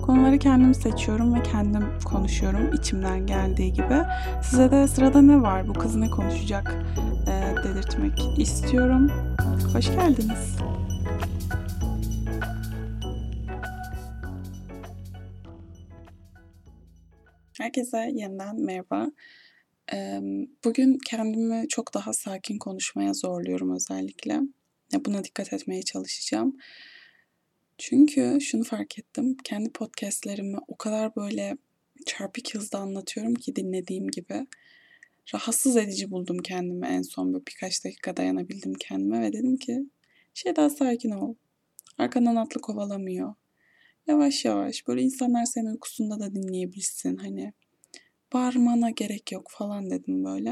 Konuları kendim seçiyorum ve kendim konuşuyorum içimden geldiği gibi. Size de sırada ne var, bu kız ne konuşacak dedirtmek istiyorum. Hoş geldiniz. Herkese yeniden merhaba. Bugün kendimi çok daha sakin konuşmaya zorluyorum özellikle. Buna dikkat etmeye çalışacağım. Çünkü şunu fark ettim. Kendi podcastlerimi o kadar böyle çarpık hızda anlatıyorum ki dinlediğim gibi. Rahatsız edici buldum kendimi en son. Böyle birkaç dakika dayanabildim kendime ve dedim ki daha sakin ol. Arkandan atlı kovalamıyor. Yavaş yavaş böyle insanlar seni uykusunda da dinleyebilsin. Hani bağırmana gerek yok falan dedim böyle.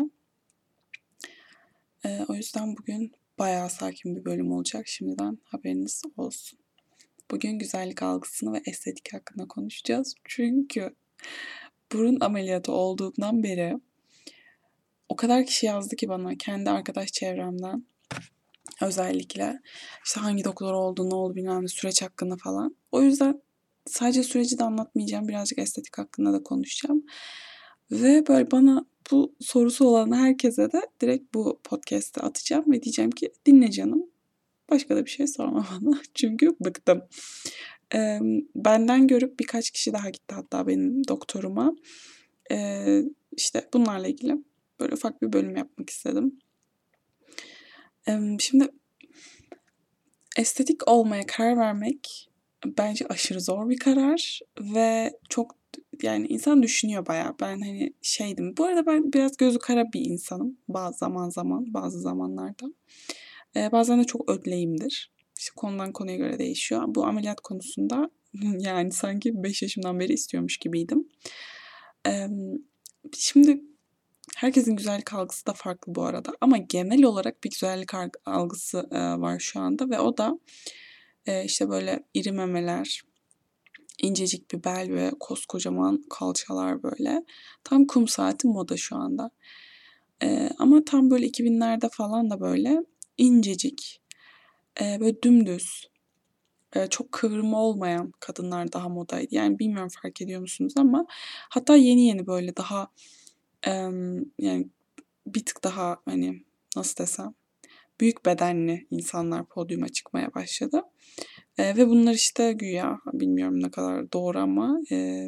O yüzden bugün bayağı sakin bir bölüm olacak. Şimdiden haberiniz olsun. Bugün güzellik algısını ve estetik hakkında konuşacağız. Çünkü burun ameliyatı olduğundan beri o kadar kişi yazdı ki bana kendi arkadaş çevremden özellikle. İşte hangi doktor oldu, ne oldu bilmem ne süreç hakkında falan. O yüzden sadece süreci de anlatmayacağım. Birazcık estetik hakkında da konuşacağım. Ve böyle bana bu sorusu olan herkese de direkt bu podcast'ı atacağım ve diyeceğim ki dinle canım. Başka da bir şey sorma bana. Çünkü bıktım. Benden görüp birkaç kişi daha gitti hatta benim doktoruma. İşte bunlarla ilgili böyle ufak bir bölüm yapmak istedim. Şimdi estetik olmaya karar vermek bence aşırı zor bir karar ve çok yani insan düşünüyor bayağı. Ben hani şeydim. Bu arada ben biraz gözü kara bir insanım. Bazı zamanlarda. Bazen de çok ödleyimdir. İşte konudan konuya göre değişiyor. Bu ameliyat konusunda yani sanki 5 yaşımdan beri istiyormuş gibiydim. Şimdi herkesin güzellik algısı da farklı bu arada. Ama genel olarak bir güzellik algısı var şu anda ve o da işte böyle iri memeler, incecik bir bel ve koskocaman kalçalar böyle. Tam kum saati moda şu anda. Ama tam böyle 2000'lerde falan da böyle incecik, böyle dümdüz, çok kıvrımı olmayan kadınlar daha modaydı. Yani bilmiyorum fark ediyor musunuz ama hatta yeni yeni böyle daha yani bir tık daha hani nasıl desem büyük bedenli insanlar podyuma çıkmaya başladı. Ve bunlar işte güya bilmiyorum ne kadar doğru ama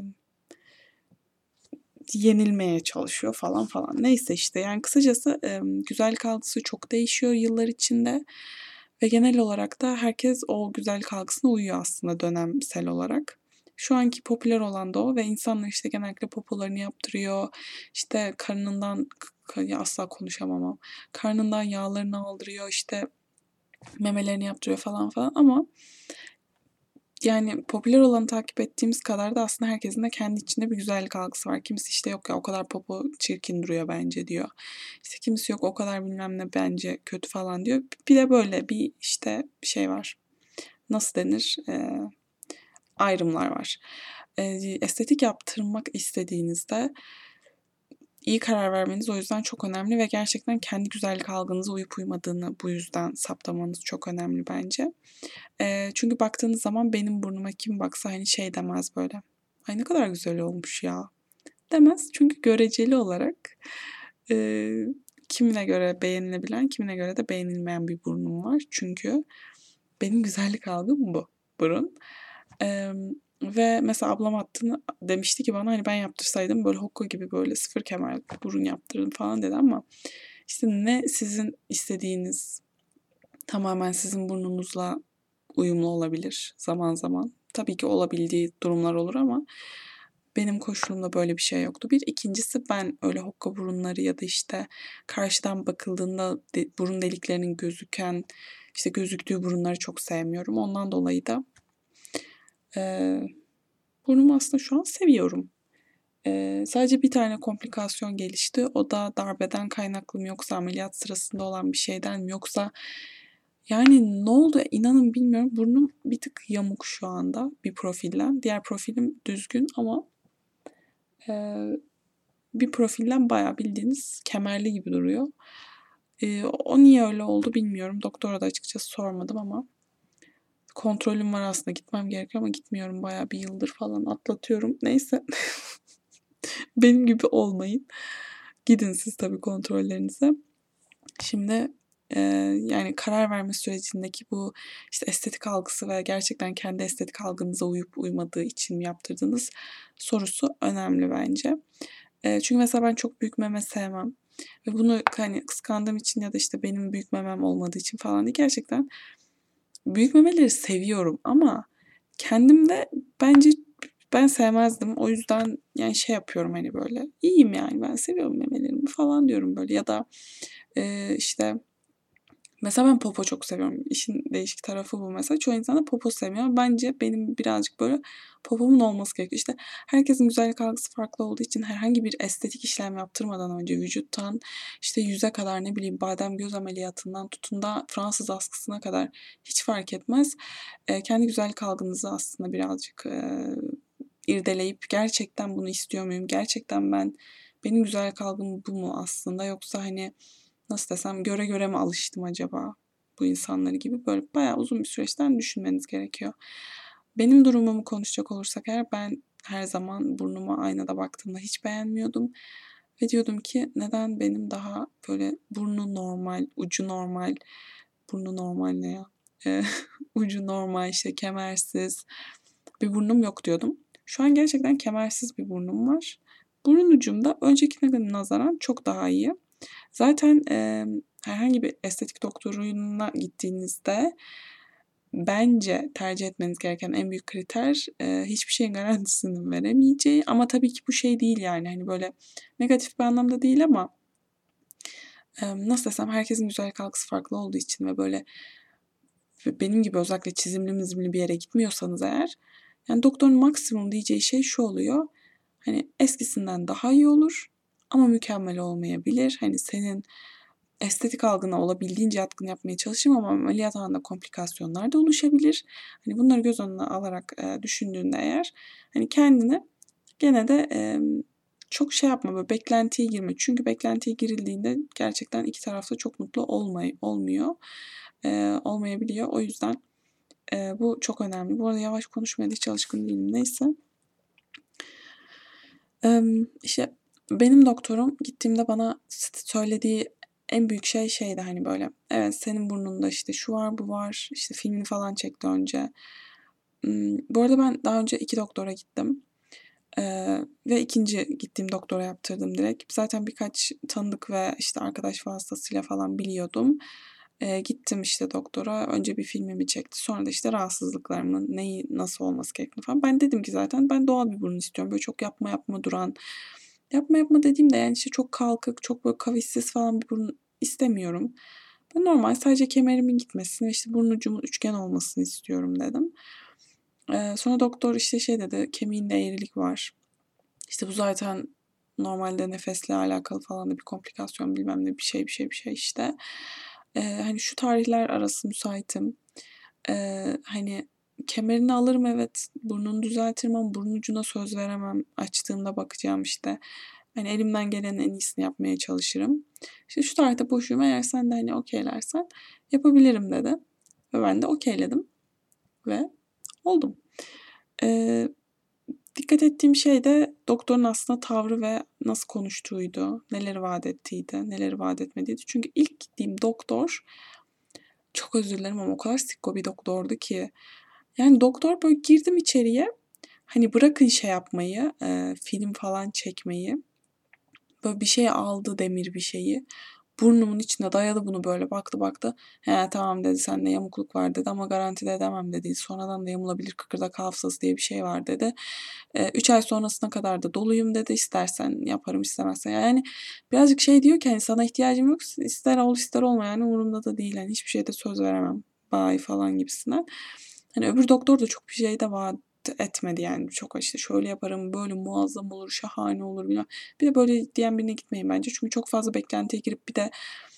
yenilmeye çalışıyor falan falan. Neyse işte yani kısacası güzellik algısı çok değişiyor yıllar içinde. Ve genel olarak da herkes o güzellik algısına uyuyor aslında dönemsel olarak. Şu anki popüler olan da o ve insanlar işte genellikle popolarını yaptırıyor. İşte karnından asla konuşamam ama karnından yağlarını aldırıyor işte memelerini yaptırıyor falan falan ama yani popüler olanı takip ettiğimiz kadar da aslında herkesin de kendi içinde bir güzellik algısı var. Kimisi işte yok ya o kadar popo çirkin duruyor bence diyor. İşte kimisi yok o kadar bilmem ne bence kötü falan diyor. Bir de böyle bir işte şey var. Nasıl denir? Ayrımlar var. Estetik yaptırmak istediğinizde iyi karar vermeniz o yüzden çok önemli ve gerçekten kendi güzellik algınıza uyup uymadığını bu yüzden saptamanız çok önemli bence. Çünkü baktığınız zaman benim burnuma kim baksa hani şey demez böyle. Ay ne kadar güzel olmuş ya demez. Çünkü göreceli olarak kimine göre beğenilebilen, kimine göre de beğenilmeyen bir burnum var. Çünkü benim güzellik algım bu burun. Ve mesela ablam attığını demişti ki bana hani ben yaptırsaydım böyle Hokka gibi böyle sıfır kemer burun yaptırdım falan dedi ama işte ne sizin istediğiniz tamamen sizin burnunuzla uyumlu olabilir zaman zaman. Tabii ki olabildiği durumlar olur ama benim koşulumda böyle bir şey yoktu. Bir ikincisi ben öyle hokka burunları ya da işte karşıdan bakıldığında burun deliklerinin işte gözüktüğü burunları çok sevmiyorum. Ondan dolayı da burnumu aslında şu an seviyorum. Sadece bir tane komplikasyon gelişti. O da darbeden kaynaklı mı yoksa ameliyat sırasında olan bir şeyden mi yoksa yani ne oldu inanın bilmiyorum. Burnum bir tık yamuk şu anda bir profilden. Diğer profilim düzgün ama bir profilden bayağı bildiğiniz kemerli gibi duruyor. O niye öyle oldu bilmiyorum. Doktora da açıkçası sormadım ama kontrolüm var aslında. Gitmem gerekiyor ama gitmiyorum. Bayağı bir yıldır falan atlatıyorum. Neyse. Benim gibi olmayın. Gidin siz tabii kontrollerinize. Şimdi yani karar verme sürecindeki bu işte estetik algısı ve gerçekten kendi estetik algınıza uyup uymadığı için mi yaptırdığınız sorusu önemli bence. Çünkü mesela ben çok büyük meme sevmem. Ve bunu hani kıskandığım için ya da işte benim büyük memem olmadığı için falan değil. Gerçekten büyük memeleri seviyorum ama kendimde bence ben sevmezdim. O yüzden yani şey yapıyorum hani böyle iyiyim yani ben seviyorum memelerimi falan diyorum böyle ya da işte mesela ben popo çok seviyorum. İşin değişik tarafı bu mesela. Çoğu insan da popo sevmiyor. Bence benim birazcık böyle popomun olması gerekiyor. İşte herkesin güzellik algısı farklı olduğu için herhangi bir estetik işlem yaptırmadan önce vücuttan işte yüze kadar ne bileyim badem göz ameliyatından tutun da Fransız askısına kadar hiç fark etmez. Kendi güzellik algınızı aslında birazcık irdeleyip gerçekten bunu istiyor muyum? Gerçekten benim güzellik algım bu mu aslında? Yoksa hani nasıl desem göre göre mi alıştım acaba bu insanları gibi böyle bayağı uzun bir süreçten düşünmeniz gerekiyor. Benim durumumu konuşacak olursak eğer ben her zaman burnuma aynada baktığımda hiç beğenmiyordum. Ve diyordum ki neden benim daha böyle burnu normal, ucu normal, burnu normal ne ya? Ucu normal işte kemersiz bir burnum yok diyordum. Şu an gerçekten kemersiz bir burnum var. Burun ucumda öncekine nazaran çok daha iyi. Zaten herhangi bir estetik doktoruna gittiğinizde bence tercih etmeniz gereken en büyük kriter hiçbir şeyin garantisini veremeyeceği ama tabii ki bu şey değil yani hani böyle negatif bir anlamda değil ama nasıl desem herkesin güzellik algısı farklı olduğu için ve böyle benim gibi özellikle çizimli mizimli bir yere gitmiyorsanız eğer yani doktorun maksimum diyeceği şey şu oluyor. Hani eskisinden daha iyi olur ama mükemmel olmayabilir. Hani senin estetik algına olabildiğince yatkın yapmaya çalışırım ama ameliyat anında komplikasyonlar da oluşabilir. Hani bunları göz önüne alarak düşündüğünde eğer hani kendini gene de çok şey yapma böyle beklentiye girme. Çünkü beklentiye girildiğinde gerçekten iki tarafta çok mutlu olmuyor. Olmayabiliyor. O yüzden bu çok önemli. Bu arada yavaş konuşmaya da hiç alışkın değilim. Neyse. İşte benim doktorum gittiğimde bana söylediği en büyük şeydi hani böyle. Evet senin burnunda işte şu var bu var. İşte filmini falan çekti önce. Bu arada ben daha önce 2 doktora gittim. Ve ikinci gittiğim doktora yaptırdım direkt. Zaten birkaç tanıdık ve işte arkadaş vasıtasıyla falan biliyordum. Gittim işte doktora. Önce bir filmimi çekti. Sonra da işte rahatsızlıklarımın neyi nasıl olması gerektiğini falan. Ben dedim ki zaten ben doğal bir burun istiyorum. Böyle çok yapma yapma duran. Yapma yapma dediğimde yani işte çok kalkık, çok böyle kavissiz falan bir burun istemiyorum. Ben normal sadece kemerimin gitmesini ve işte burun ucumun üçgen olmasını istiyorum dedim. Sonra doktor işte şey dedi, kemiğinde eğrilik var. İşte bu zaten normalde nefesle alakalı falan da bir komplikasyon bilmem ne bir şey işte. Hani şu tarihler arası müsaitim. Hani kemerini alırım evet. Burnunu düzeltirim ama burun ucuna söz veremem. Açtığımda bakacağım işte. Hani elimden gelenin en iyisini yapmaya çalışırım. İşte şu tarihte boşum eğer sen de hani okeylersen yapabilirim dedi. Ve ben de okeyledim ve oldum. Ee, Dikkat ettiğim şey de doktorun aslında tavrı ve nasıl konuştuğuydu. Neleri vaat ettiydi, neleri vaat etmediydi. Çünkü ilk gittiğim doktor çok özür dilerim ama o kadar sikko bir doktordu ki. Yani doktor böyle girdim içeriye. Hani bırakın şey yapmayı, film falan çekmeyi. Böyle bir şey aldı demir bir şeyi. Burnumun içine dayadı bunu böyle baktı baktı. He tamam dedi sende yamukluk var dedi ama garantide edemem dedi. Sonradan da yamulabilir kıkırdak hafızası diye bir şey var dedi. 3 ay sonrasına kadar da doluyum dedi. İstersen yaparım istemezsen. Yani birazcık şey diyor ki hani sana ihtiyacım yok. İster ol ister olma yani umurumda da değil. Yani hiçbir şeyde söz veremem. Bye falan gibisinden. Hani öbür doktor da çok bir şey de vaat etmedi yani. Çok işte şöyle yaparım böyle muazzam olur şahane olur bilmem. Bir de böyle diyen birine gitmeyin bence. Çünkü çok fazla beklentiye girip bir de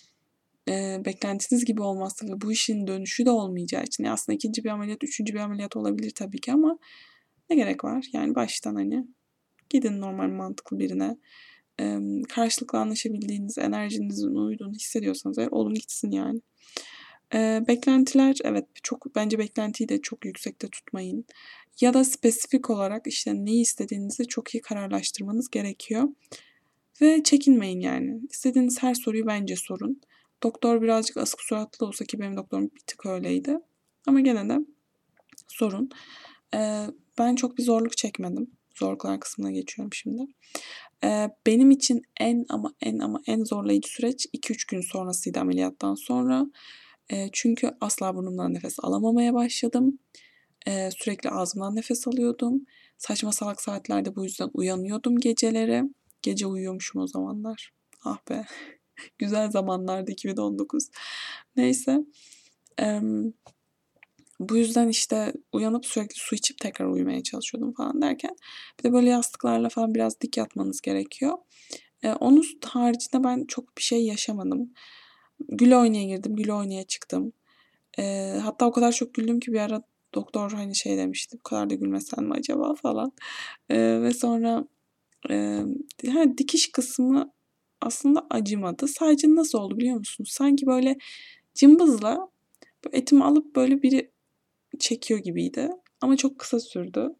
beklentiniz gibi olmazsa ve bu işin dönüşü de olmayacağı için. Yani aslında ikinci bir ameliyat, üçüncü bir ameliyat olabilir tabii ki ama ne gerek var? Yani baştan hani gidin normal mantıklı birine. Karşılıklı anlaşabildiğiniz, enerjinizin uyduğunu hissediyorsanız eğer olun gitsin yani. Beklentiler evet, çok bence beklentiyi de çok yüksekte tutmayın. Ya da spesifik olarak, işte, ne istediğinizi çok iyi kararlaştırmanız gerekiyor ve çekinmeyin yani. İstediğiniz her soruyu bence sorun. Doktor birazcık asık suratlı olsa ki benim doktorum bir tık öyleydi ama gene de sorun. Eee, Ben çok bir zorluk çekmedim. Zorluklar kısmına geçiyorum şimdi. Benim için en zorlayıcı süreç 2-3 gün sonrasıydı ameliyattan sonra. Çünkü asla burnumdan nefes alamamaya başladım. Sürekli ağzımdan nefes alıyordum. Saçma salak saatlerde bu yüzden uyanıyordum geceleri. Gece uyuyormuşum o zamanlar. Ah be! Güzel zamanlardı 2019. Neyse. Emm, Bu yüzden, işte, uyanıp sürekli su içip tekrar uyumaya çalışıyordum falan derken bir de böyle yastıklarla falan biraz dik yatmanız gerekiyor. Onun haricinde ben çok bir şey yaşamadım. Güle oynaya girdim, güle oynaya çıktım. Hatta o kadar çok güldüm ki bir ara doktor, hani, şey demişti, "Bu kadar da gülmesen mi acaba?" falan. Ve sonra, emm, dikiş kısmı aslında acımadı. Sadece nasıl oldu biliyor musunuz? Sanki böyle cımbızla etimi alıp böyle biri çekiyor gibiydi ama çok kısa sürdü.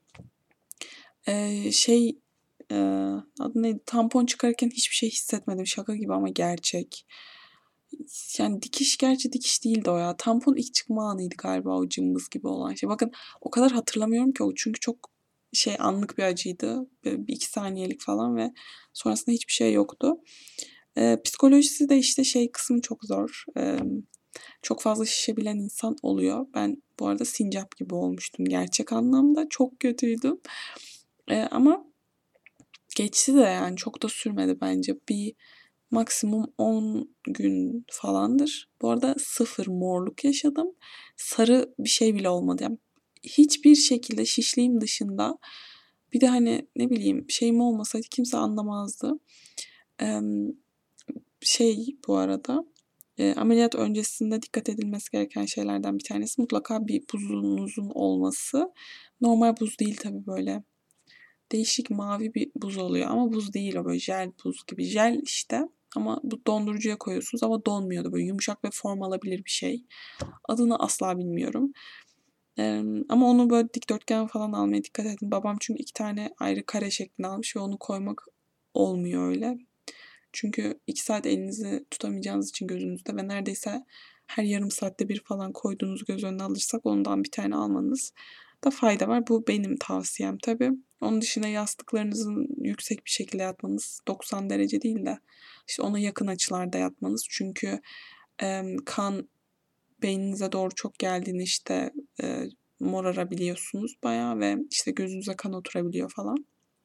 Şey, adı neydi? Tampon çıkarırken hiçbir şey hissetmedim. Şaka gibi ama gerçek. Yani dikiş gerçi dikiş değildi o ya. Tampon ilk çıkma anıydı galiba o cımbız gibi olan şey. Bakın o kadar hatırlamıyorum ki o çünkü çok şey anlık bir acıydı. Böyle 1-2 saniyelik falan ve sonrasında hiçbir şey yoktu. Psikolojisi de işte şey kısmı çok zor. Çok fazla şişebilen insan oluyor. Ben bu arada sincap gibi olmuştum gerçek anlamda. Çok kötüydüm. Ama geçti de yani çok da sürmedi bence. Bir maksimum 10 gün falandır. Bu arada sıfır morluk yaşadım. Sarı bir şey bile olmadı. Yani hiçbir şekilde şişliğim dışında bir de hani ne bileyim şeyim olmasaydı kimse anlamazdı. Emm, Bu arada ameliyat öncesinde dikkat edilmesi gereken şeylerden bir tanesi mutlaka bir buzunuzun olması. Normal buz değil tabii böyle değişik mavi bir buz oluyor ama buz değil o böyle jel buz gibi. Jel işte ama bu dondurucuya koyuyorsunuz ama donmuyordu. Böyle yumuşak ve form alabilir bir şey. Adını asla bilmiyorum. Ama onu böyle dikdörtgen falan almaya dikkat edin. Babam çünkü 2 tane ayrı kare şeklinde almış ve onu koymak olmuyor öyle. Çünkü 2 saat elinizi tutamayacağınız için gözünüzde ve neredeyse her yarım saatte bir falan koyduğunuzu göz önüne alırsak ondan bir tane almanız da fayda var. Bu benim tavsiyem tabii. Onun dışında yastıklarınızın yüksek bir şekilde yatmanız, 90 derece değil de işte ona yakın açılarda yatmanız. Çünkü kan beyninize doğru çok geldiğinde işte morarabiliyorsunuz bayağı ve işte gözünüze kan oturabiliyor falan.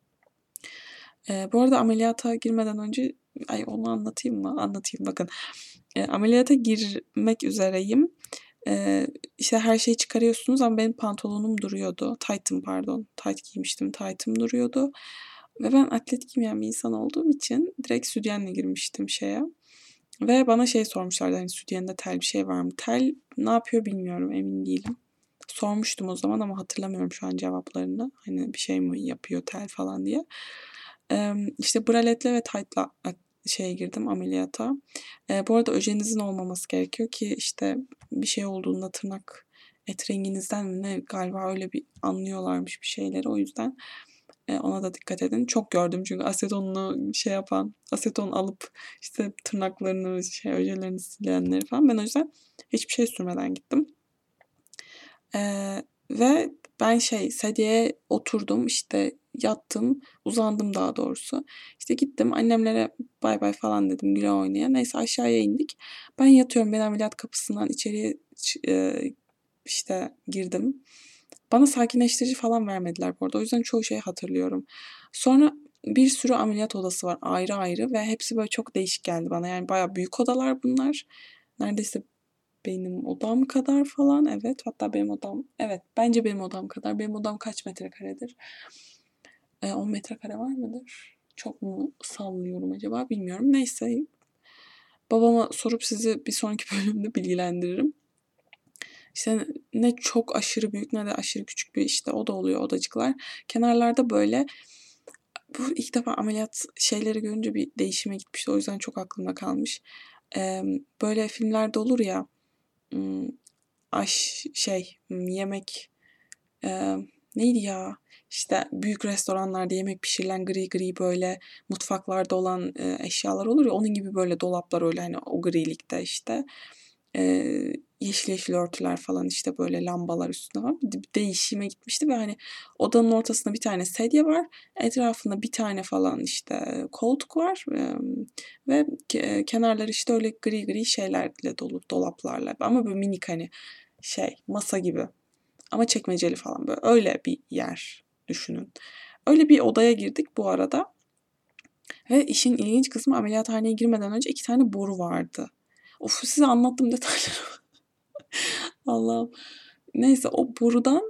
Bu arada ameliyata girmeden önce ay onu anlatayım mı? Anlatayım bakın. Ameliyata girmek üzereyim. İşte her şeyi çıkarıyorsunuz ama benim pantolonum duruyordu. Taytım pardon. Tayt giymiştim. Taytım duruyordu. Ve ben atlet giymeyen bir insan olduğum için direkt sütyenle girmiştim şeye. Ve bana şey sormuşlardı hani sütyende tel bir şey var mı? Tel ne yapıyor bilmiyorum emin değilim. Sormuştum o zaman ama hatırlamıyorum şu an cevaplarını. Hani bir şey mi yapıyor tel falan diye. İşte braletle ve tight'la şeye girdim ameliyata. Bu arada öjenizin olmaması gerekiyor ki işte bir şey olduğunda tırnak et renginizden mi ne galiba öyle bir anlıyorlarmış bir şeyleri. O yüzden ona da dikkat edin. Çok gördüm çünkü asetonlu şey yapan, aseton alıp işte tırnaklarını, şey ojelerini silenleri falan. Ben o yüzden hiçbir şey sürmeden gittim. Ve ben şey sedyeye oturdum işte yattım uzandım daha doğrusu. İşte gittim annemlere bay bay falan dedim güle oynaya. Neyse aşağıya indik. Ben yatıyorum ben ameliyat kapısından içeriye işte girdim. Bana sakinleştirici falan vermediler bu arada. O yüzden çoğu şeyi hatırlıyorum. Sonra bir sürü ameliyat odası var ayrı ayrı ve hepsi böyle çok değişik geldi bana. Yani bayağı büyük odalar bunlar. Neredeyse benim odam kadar falan. Evet. Hatta benim odam. Evet. Bence benim odam kadar. Benim odam kaç metrekaredir? 10 metrekare var mıdır? Çok mu sallıyorum acaba? Bilmiyorum. Neyse. Babama sorup sizi bir sonraki bölümde bilgilendiririm. İşte ne çok aşırı büyük ne de aşırı küçük bir işte oda oluyor odacıklar. Kenarlarda böyle bu ilk defa ameliyat şeyleri görünce bir değişime gitmişti. O yüzden çok aklımda kalmış. Böyle filmlerde olur ya yemek neydi ya? İşte büyük restoranlarda yemek pişirilen gri gri böyle mutfaklarda olan eşyalar olur ya, onun gibi böyle dolaplar, öyle hani o grilikte işte. Yeşil yeşil örtüler falan, işte böyle lambalar üstünde var. Bir değişime gitmişti ve hani odanın ortasında bir tane sedye var. Etrafında bir tane falan işte koltuk var. Ve kenarları işte öyle gri gri şeylerle dolu, dolaplarla. Ama böyle minik, hani masa gibi. Ama çekmeceli falan, böyle. Öyle bir yer düşünün. Öyle bir odaya girdik bu arada. Ve işin ilginç kısmı, ameliyathaneye girmeden önce 2 tane boru vardı. Of, size anlattım detayları. Allah'ım. Neyse, o borudan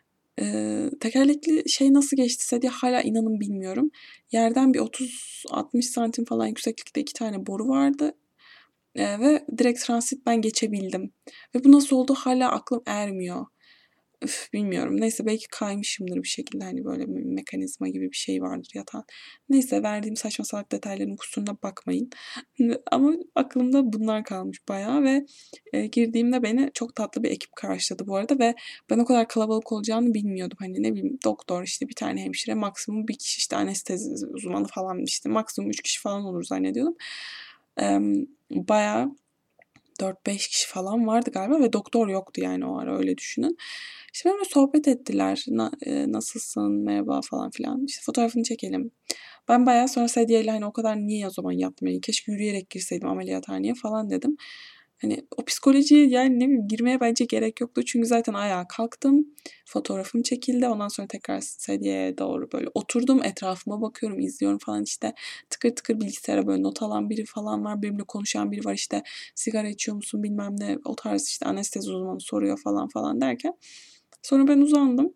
tekerlekli nasıl geçtiyse diye hala inanın bilmiyorum. Yerden bir 30-60 santim falan yükseklikte 2 tane boru vardı. Ve direkt transitten geçebildim. Ve bu nasıl oldu hala aklım ermiyor. Üf, bilmiyorum. Neyse, belki kaymışımdır bir şekilde, hani böyle bir mekanizma gibi bir şey vardır yatağın. Neyse, verdiğim saçma salak detayların kusuruna bakmayın. Ama aklımda bunlar kalmış bayağı ve girdiğimde beni çok tatlı bir ekip karşıladı bu arada ve ben o kadar kalabalık olacağını bilmiyordum. Hani ne bileyim, doktor, işte bir tane hemşire, maksimum bir kişi, işte anestezi uzmanı falan, işte maksimum 3 kişi falan olur zannediyordum. Bayağı 4-5 kişi falan vardı galiba ve doktor yoktu yani o ara, öyle düşünün. İşte benimle sohbet ettiler. Nasılsın, merhaba falan filan. İşte fotoğrafını çekelim. Ben bayağı sonra sedyeyle, hani o kadar niye o zaman yatmayayım, keşke yürüyerek girseydim ameliyathaneye falan dedim. Hani o psikolojiye, yani ne bileyim, girmeye bence gerek yoktu. Çünkü zaten ayağa kalktım. Fotoğrafım çekildi. Ondan sonra tekrar sedyeye doğru böyle oturdum. Etrafıma bakıyorum, izliyorum falan işte. Tıkır tıkır bilgisayara böyle not alan biri falan var. Benimle konuşan biri var, işte sigara içiyor musun bilmem ne, o tarz, işte anestezi uzmanı soruyor falan falan derken. Sonra ben uzandım.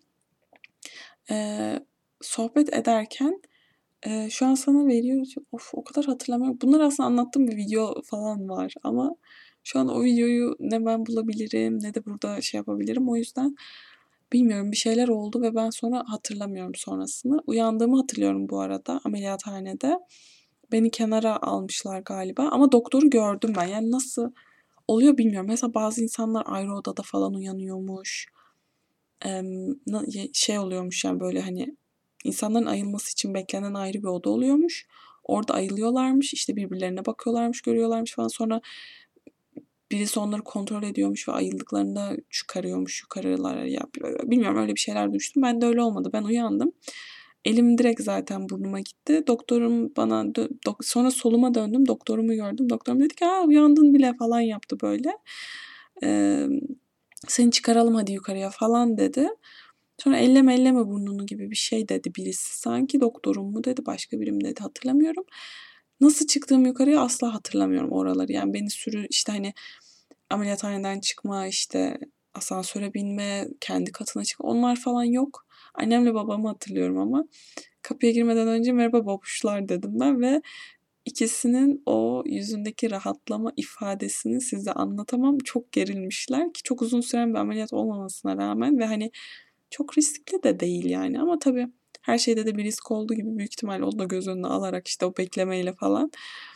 Sohbet ederken şu an sana veriyor. Of, o kadar hatırlamıyorum. Bunlar aslında anlattığım bir video falan var ama şu an o videoyu ne ben bulabilirim ne de burada yapabilirim. O yüzden bilmiyorum, bir şeyler oldu ve ben sonra hatırlamıyorum sonrasını. Uyandığımı hatırlıyorum bu arada ameliyathanede. Beni kenara almışlar galiba ama doktoru gördüm ben. Yani nasıl oluyor bilmiyorum. Mesela bazı insanlar ayrı odada falan uyanıyormuş. Oluyormuş yani, böyle hani insanların ayılması için beklenen ayrı bir oda oluyormuş. Orada ayılıyorlarmış, işte birbirlerine bakıyorlarmış, görüyorlarmış falan. Sonra birisi onları kontrol ediyormuş ve ayıldıklarında çıkarıyormuş yukarılara. Ya, bilmiyorum, öyle bir şeyler duymuştum. Ben de öyle olmadı. Ben uyandım. Elim direkt zaten burnuma gitti. Doktorum bana sonra soluma döndüm. Doktorumu gördüm. Doktorum dedi ki, "Aa, uyandın bile" falan yaptı böyle. Seni çıkaralım hadi yukarıya falan dedi. Sonra elleme elleme burnunu gibi bir şey dedi birisi. Sanki doktorum mu dedi, başka birim dedi, hatırlamıyorum. Nasıl çıktığım yukarıya asla hatırlamıyorum oraları. Yani beni işte hani ameliyathaneden çıkma, işte asansöre binme, kendi katına çıkma, onlar falan yok. Annemle babamı hatırlıyorum ama kapıya girmeden önce merhaba babuşlar dedim ben ve ikisinin o yüzündeki rahatlama ifadesini size anlatamam. Çok gerilmişler ki çok uzun süren bir ameliyat olmamasına rağmen ve hani çok riskli de değil yani, ama tabii her şeyde de bir risk olduğu gibi büyük ihtimalle onu da göz önüne alarak, işte o beklemeyle falan.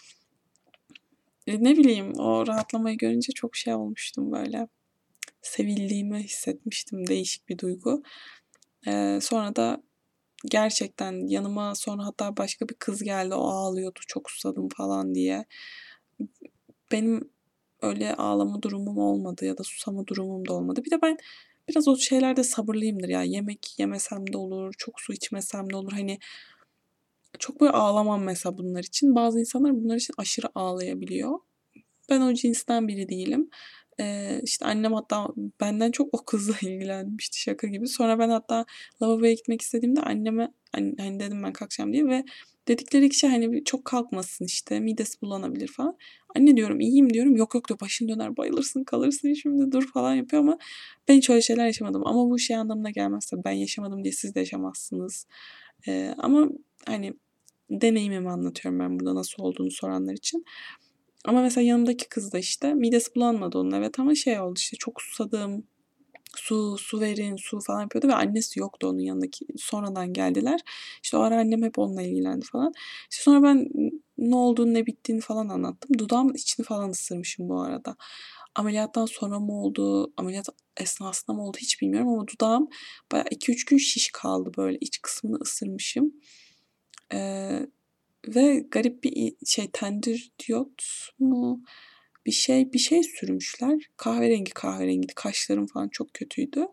Ne bileyim, o rahatlamayı görünce çok olmuştum böyle. Sevildiğimi hissetmiştim, değişik bir duygu. Sonra da gerçekten yanıma sonra hatta başka bir kız geldi. O ağlıyordu, çok susadım falan diye. Benim öyle ağlama durumum olmadı ya da susama durumum da olmadı. Bir de ben biraz o şeylerde sabırlıyımdır ya. Yemek yemesem de olur, çok su içmesem de olur. Hani çok böyle ağlamam mesela bunlar için. Bazı insanlar bunlar için aşırı ağlayabiliyor. Ben o cinsten biri değilim. İşte annem hatta benden çok o kızla ilgilenmişti, şaka gibi. Sonra ben hatta lavaboya gitmek istediğimde anneme hani dedim ben kalkacağım diye ve dedikleri kişi hani çok kalkmasın, işte midesi bulanabilir falan. Anne diyorum, iyiyim diyorum. Yok yok diyor, başın döner, bayılırsın kalırsın şimdi, dur falan yapıyor ama ben hiç öyle şeyler yaşamadım. Ama bu anlamına gelmez tabii, ben yaşamadım diye siz de yaşamazsınız. Ama hani deneyimimi anlatıyorum ben burada, nasıl olduğunu soranlar için. Ama mesela yanımdaki kız da işte midesi bulanmadı onun, evet, ama oldu işte, çok susadım. Su verin, su falan yapıyordu ve annesi yoktu onun yanındaki. Sonradan geldiler. İşte o ara annem hep onunla ilgilendi falan. İşte sonra ben ne olduğunu ne bittiğini falan anlattım. Dudağımın içini falan ısırmışım bu arada. ameliyattan sonra mı oldu, ameliyat esnasında mı oldu hiç bilmiyorum ama dudağım bayağı 2-3 gün şiş kaldı böyle. İç kısmını ısırmışım. Ve garip bir tendür diyot mu? Bir şey sürmüşler. Kahverengi. Kaşlarım falan çok kötüydü.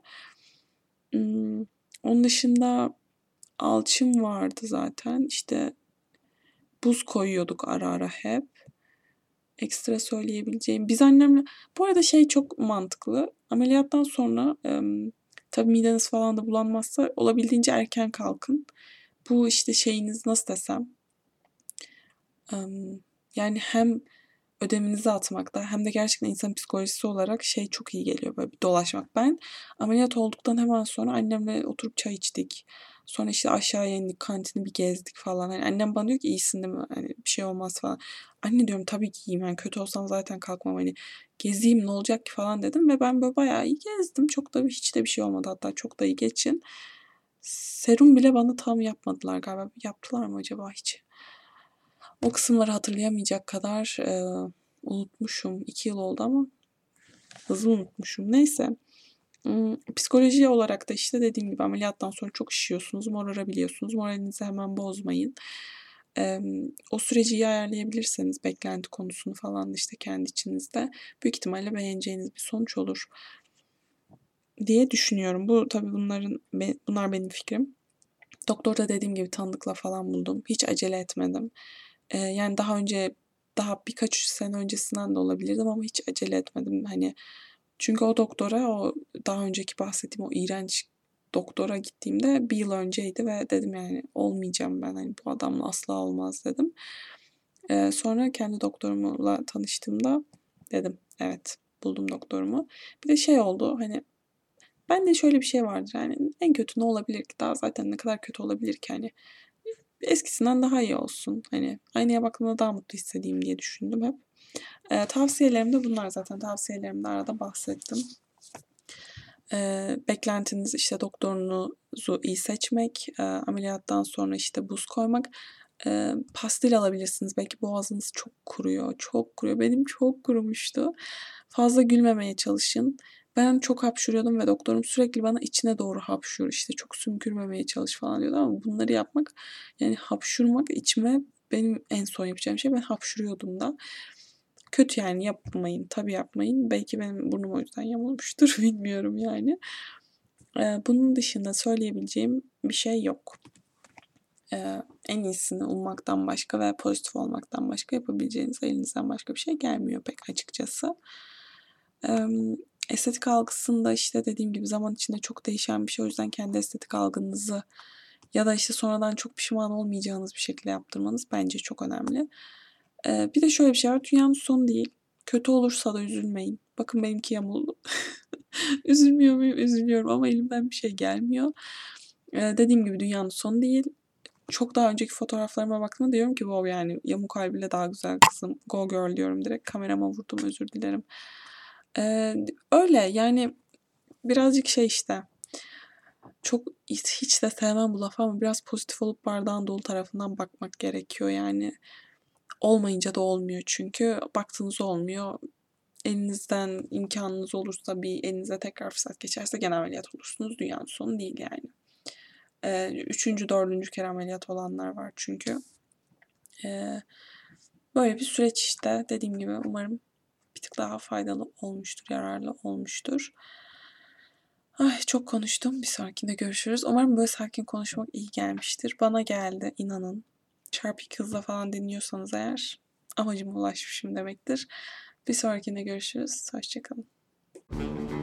Onun dışında alçım vardı zaten. İşte buz koyuyorduk ara ara hep. Ekstra söyleyebileceğim. Biz annemle... Bu arada çok mantıklı. Ameliyattan sonra tabii mideniz falan da bulanmazsa olabildiğince erken kalkın. Bu işte şeyiniz nasıl desem. Yani hem ödeminizi atmakta hem de gerçekten insan psikolojisi olarak çok iyi geliyor böyle bir dolaşmak. Ben ameliyat olduktan hemen sonra annemle oturup çay içtik. Sonra işte aşağıya indik, kantini bir gezdik falan. Hani annem bana diyor ki iyisin değil mi? Hani bir şey olmaz falan. Anne diyorum tabii ki iyiyim. Yani kötü olsam zaten kalkmam. Hani gezeyim ne olacak ki falan dedim. Ve ben böyle bayağı iyi gezdim. Çok da hiç de bir şey olmadı. Hatta çok da iyi geçin. Serum bile bana tam yapmadılar galiba. Yaptılar mı acaba hiç? O kısımları hatırlayamayacak kadar unutmuşum. 2 yıl oldu ama hızlı unutmuşum. Neyse. Psikoloji olarak da işte dediğim gibi ameliyattan sonra çok şişiyorsunuz, morarabiliyorsunuz. Moralinizi hemen bozmayın. O süreci iyi ayarlayabilirseniz beklenti konusunu falan da işte kendi içinizde büyük ihtimalle beğeneceğiniz bir sonuç olur diye düşünüyorum. Bu tabii bunlar benim fikrim. Doktorda dediğim gibi tanıdıkla falan buldum. Hiç acele etmedim. Yani daha birkaç sene öncesinden de olabilirdim ama hiç acele etmedim. Hani çünkü o daha önceki bahsettiğim o iğrenç doktora gittiğimde 1 yıl önceydi ve dedim yani olmayacağım ben hani bu adamla asla olmaz dedim. Sonra kendi doktorumla tanıştığımda dedim evet buldum doktorumu. Bir de oldu hani bende şöyle bir şey vardır yani en kötü ne olabilir ki daha zaten ne kadar kötü olabilir ki hani eskisinden daha iyi olsun. Hani aynaya baktığımda daha mutlu hissedeyim diye düşündüm hep. Tavsiyelerim de bunlar zaten. Tavsiyelerimde arada bahsettim. Beklentiniz işte doktorunuzu iyi seçmek, ameliyattan sonra işte buz koymak. Pastil alabilirsiniz. Belki boğazınız çok kuruyor. Çok kuruyor. Benim çok kurumuştu. Fazla gülmemeye çalışın. Ben çok hapşuruyordum ve doktorum sürekli bana içine doğru hapşur. İşte çok sümkürmemeye çalış falan diyordu ama bunları yapmak yani hapşurmak içime benim en son yapacağım şey. Ben hapşuruyordum da. Kötü yani yapmayın. Tabii yapmayın. Belki benim burnum o yüzden yamulmuştur. Bilmiyorum yani. Bunun dışında söyleyebileceğim bir şey yok. En iyisini ummaktan başka ve pozitif olmaktan başka yapabileceğiniz elinizden başka bir şey gelmiyor pek açıkçası. Estetik algısında işte dediğim gibi zaman içinde çok değişen bir şey. O yüzden kendi estetik algınızı ya da işte sonradan çok pişman olmayacağınız bir şekilde yaptırmanız bence çok önemli. Bir de şöyle bir şey var. Dünyanın sonu değil. Kötü olursa da üzülmeyin. Bakın benimki yamuldu. Üzülmüyor muyum? Üzülüyorum ama elimden bir şey gelmiyor. Dediğim gibi dünyanın sonu değil. Çok daha önceki fotoğraflarıma baktığımda diyorum ki wow yani yamuk haliyle daha güzel kızım. Go girl diyorum direkt. Kamerama vurdum özür dilerim. Öyle yani birazcık işte. Çok hiç de sevmem bu lafı ama biraz pozitif olup bardağın dolu tarafından bakmak gerekiyor yani. Olmayınca da olmuyor çünkü baktığınız olmuyor. Elinizden imkanınız olursa elinize tekrar fırsat geçerse gene ameliyat olursunuz. Dünyanın sonu değil yani. Üçüncü, dördüncü kere ameliyat olanlar var çünkü. Böyle bir süreç işte. Dediğim gibi umarım bir tık daha faydalı olmuştur, yararlı olmuştur. Ay çok konuştum. Bir sonrakinde görüşürüz. Umarım böyle sakin konuşmak iyi gelmiştir. Bana geldi inanın. Çarpı 2 hızla falan dinliyorsanız eğer amacıma ulaşmışım demektir. Bir sonrakinde görüşürüz. Hoşçakalın.